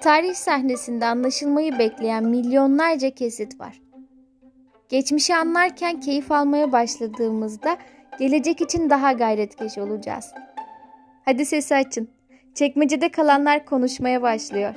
Tarih sahnesinde anlaşılmayı bekleyen milyonlarca kesit var. Geçmişi anlarken keyif almaya başladığımızda gelecek için daha gayretkeş olacağız. Hadi sesi açın. Çekmecede kalanlar konuşmaya başlıyor.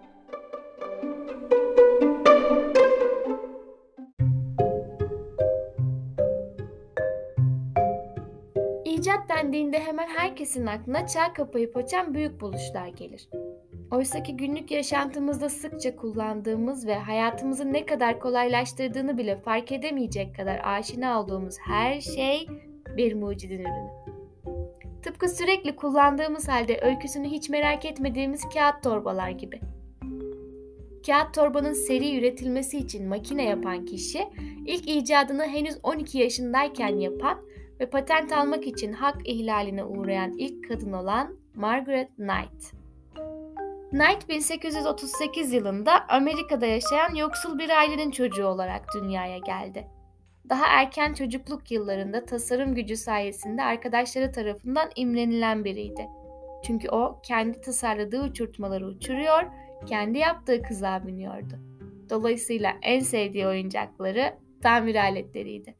İcat dendiğinde hemen herkesin aklına çağ kapayıp açan büyük buluşlar gelir. Oysaki günlük yaşantımızda sıkça kullandığımız ve hayatımızı ne kadar kolaylaştırdığını bile fark edemeyecek kadar aşina olduğumuz her şey bir mucidin ürünü. Tıpkı sürekli kullandığımız halde öyküsünü hiç merak etmediğimiz kağıt torbalar gibi. Kağıt torbanın seri üretilmesi için makine yapan kişi, ilk icadını henüz 12 yaşındayken yapan ve patent almak için hak ihlaline uğrayan ilk kadın olan Margaret Knight. Knight 1838 yılında Amerika'da yaşayan yoksul bir ailenin çocuğu olarak dünyaya geldi. Daha erken çocukluk yıllarında tasarım gücü sayesinde arkadaşları tarafından imrenilen biriydi. Çünkü o kendi tasarladığı uçurtmaları uçuruyor, kendi yaptığı kızağa biniyordu. Dolayısıyla en sevdiği oyuncakları tamir aletleriydi.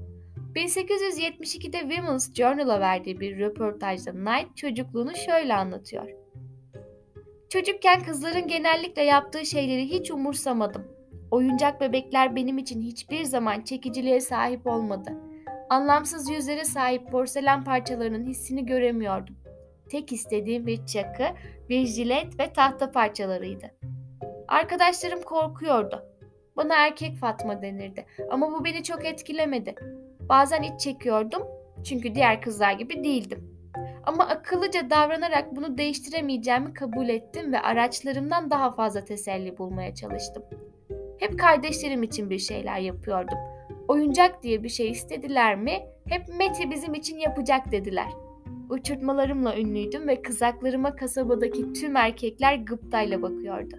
1872'de Women's Journal'a verdiği bir röportajda Knight çocukluğunu şöyle anlatıyor. Çocukken kızların genellikle yaptığı şeyleri hiç umursamadım. Oyuncak bebekler benim için hiçbir zaman çekiciliğe sahip olmadı. Anlamsız yüzlere sahip porselen parçalarının hissini göremiyordum. Tek istediğim bir çakı, bir jilet ve tahta parçalarıydı. Arkadaşlarım korkuyordu. Bana erkek Fatma denirdi ama bu beni çok etkilemedi. Bazen iç çekiyordum çünkü diğer kızlar gibi değildim. Ama akıllıca davranarak bunu değiştiremeyeceğimi kabul ettim ve araçlarımdan daha fazla teselli bulmaya çalıştım. Hep kardeşlerim için bir şeyler yapıyordum. Oyuncak diye bir şey istediler mi, hep Meti bizim için yapacak dediler. Uçurtmalarımla ünlüydüm ve kızaklarıma kasabadaki tüm erkekler gıptayla bakıyordu.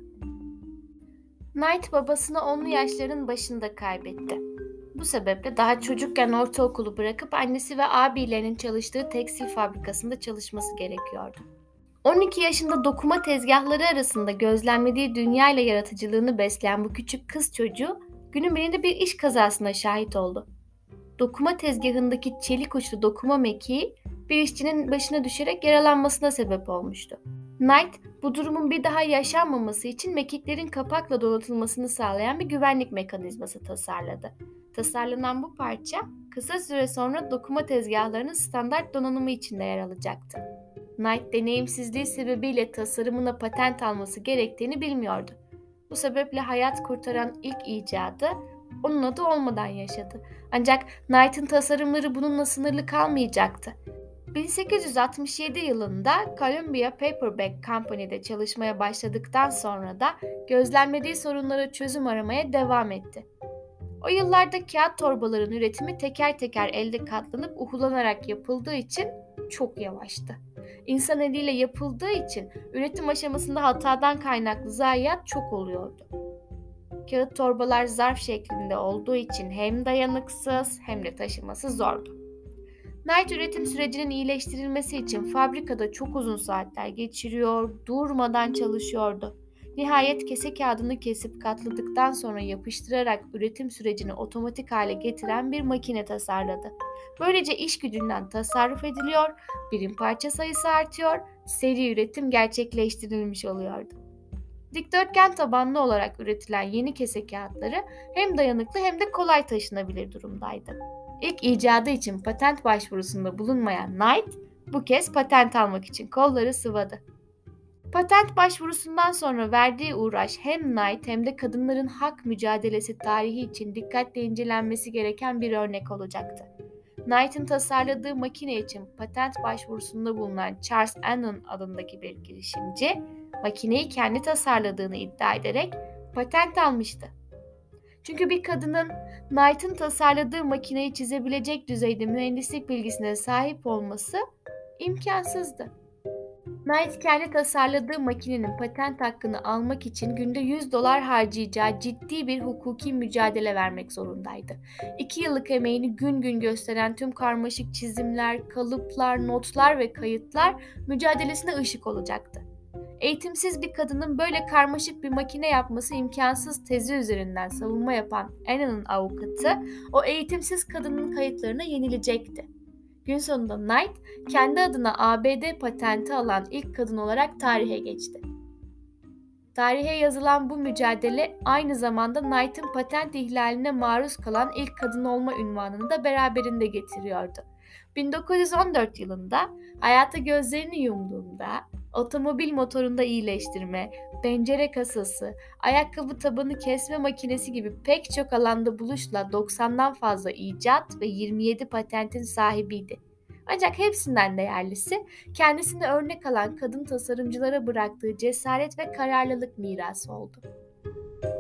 Knight babasını 10'lu yaşların başında kaybetti. Bu sebeple daha çocukken ortaokulu bırakıp annesi ve abilerinin çalıştığı tekstil fabrikasında çalışması gerekiyordu. 12 yaşında dokuma tezgahları arasında gözlemlediği dünya ile yaratıcılığını besleyen bu küçük kız çocuğu günün birinde bir iş kazasına şahit oldu. Dokuma tezgahındaki çelik uçlu dokuma mekiği bir işçinin başına düşerek yaralanmasına sebep olmuştu. Knight bu durumun bir daha yaşanmaması için mekiklerin kapakla donatılmasını sağlayan bir güvenlik mekanizması tasarladı. Tasarlanan bu parça kısa süre sonra dokuma tezgahlarının standart donanımı içinde yer alacaktı. Knight deneyimsizliği sebebiyle tasarımına patent alması gerektiğini bilmiyordu. Bu sebeple hayat kurtaran ilk icadı onun adı olmadan yaşadı. Ancak Knight'ın tasarımları bununla sınırlı kalmayacaktı. 1867 yılında Columbia Paperback Company'de çalışmaya başladıktan sonra da gözlemlediği sorunlara çözüm aramaya devam etti. O yıllarda kağıt torbaların üretimi teker teker elde katlanıp uhulanarak yapıldığı için çok yavaştı. İnsan eliyle yapıldığı için üretim aşamasında hatadan kaynaklı zayiat çok oluyordu. Kağıt torbalar zarf şeklinde olduğu için hem dayanıksız hem de taşıması zordu. Knight üretim sürecinin iyileştirilmesi için fabrikada çok uzun saatler geçiriyor, durmadan çalışıyordu. Nihayet kese kağıdını kesip katladıktan sonra yapıştırarak üretim sürecini otomatik hale getiren bir makine tasarladı. Böylece iş gücünden tasarruf ediliyor, birim parça sayısı artıyor, seri üretim gerçekleştirilmiş oluyordu. Dikdörtgen tabanlı olarak üretilen yeni kese kağıtları hem dayanıklı hem de kolay taşınabilir durumdaydı. İlk icadı için patent başvurusunda bulunmayan Knight, bu kez patent almak için kolları sıvadı. Patent başvurusundan sonra verdiği uğraş hem Knight hem de kadınların hak mücadelesi tarihi için dikkatle incelenmesi gereken bir örnek olacaktı. Knight'ın tasarladığı makine için patent başvurusunda bulunan Charles Annan adındaki bir girişimci, makineyi kendi tasarladığını iddia ederek patent almıştı. Çünkü bir kadının Knight'ın tasarladığı makineyi çizebilecek düzeyde mühendislik bilgisine sahip olması imkansızdı. Knight kendi tasarladığı makinenin patent hakkını almak için günde $100 harcayacağı ciddi bir hukuki mücadele vermek zorundaydı. 2 yıllık emeğini gün gün gösteren tüm karmaşık çizimler, kalıplar, notlar ve kayıtlar mücadelesine ışık olacaktı. Eğitimsiz bir kadının böyle karmaşık bir makine yapması imkansız tezi üzerinden savunma yapan Anna'nın avukatı o eğitimsiz kadının kayıtlarına yenilecekti. Gün sonunda Knight kendi adına ABD patenti alan ilk kadın olarak tarihe geçti. Tarihe yazılan bu mücadele aynı zamanda Knight'ın patent ihlaline maruz kalan ilk kadın olma unvanını da beraberinde getiriyordu. 1914 yılında hayata gözlerini yumduğunda otomobil motorunda iyileştirme, pencere kasası, ayakkabı tabanı kesme makinesi gibi pek çok alanda buluşla 90'dan fazla icat ve 27 patentin sahibiydi. Ancak hepsinden değerlisi kendisine örnek alan kadın tasarımcılara bıraktığı cesaret ve kararlılık mirası oldu.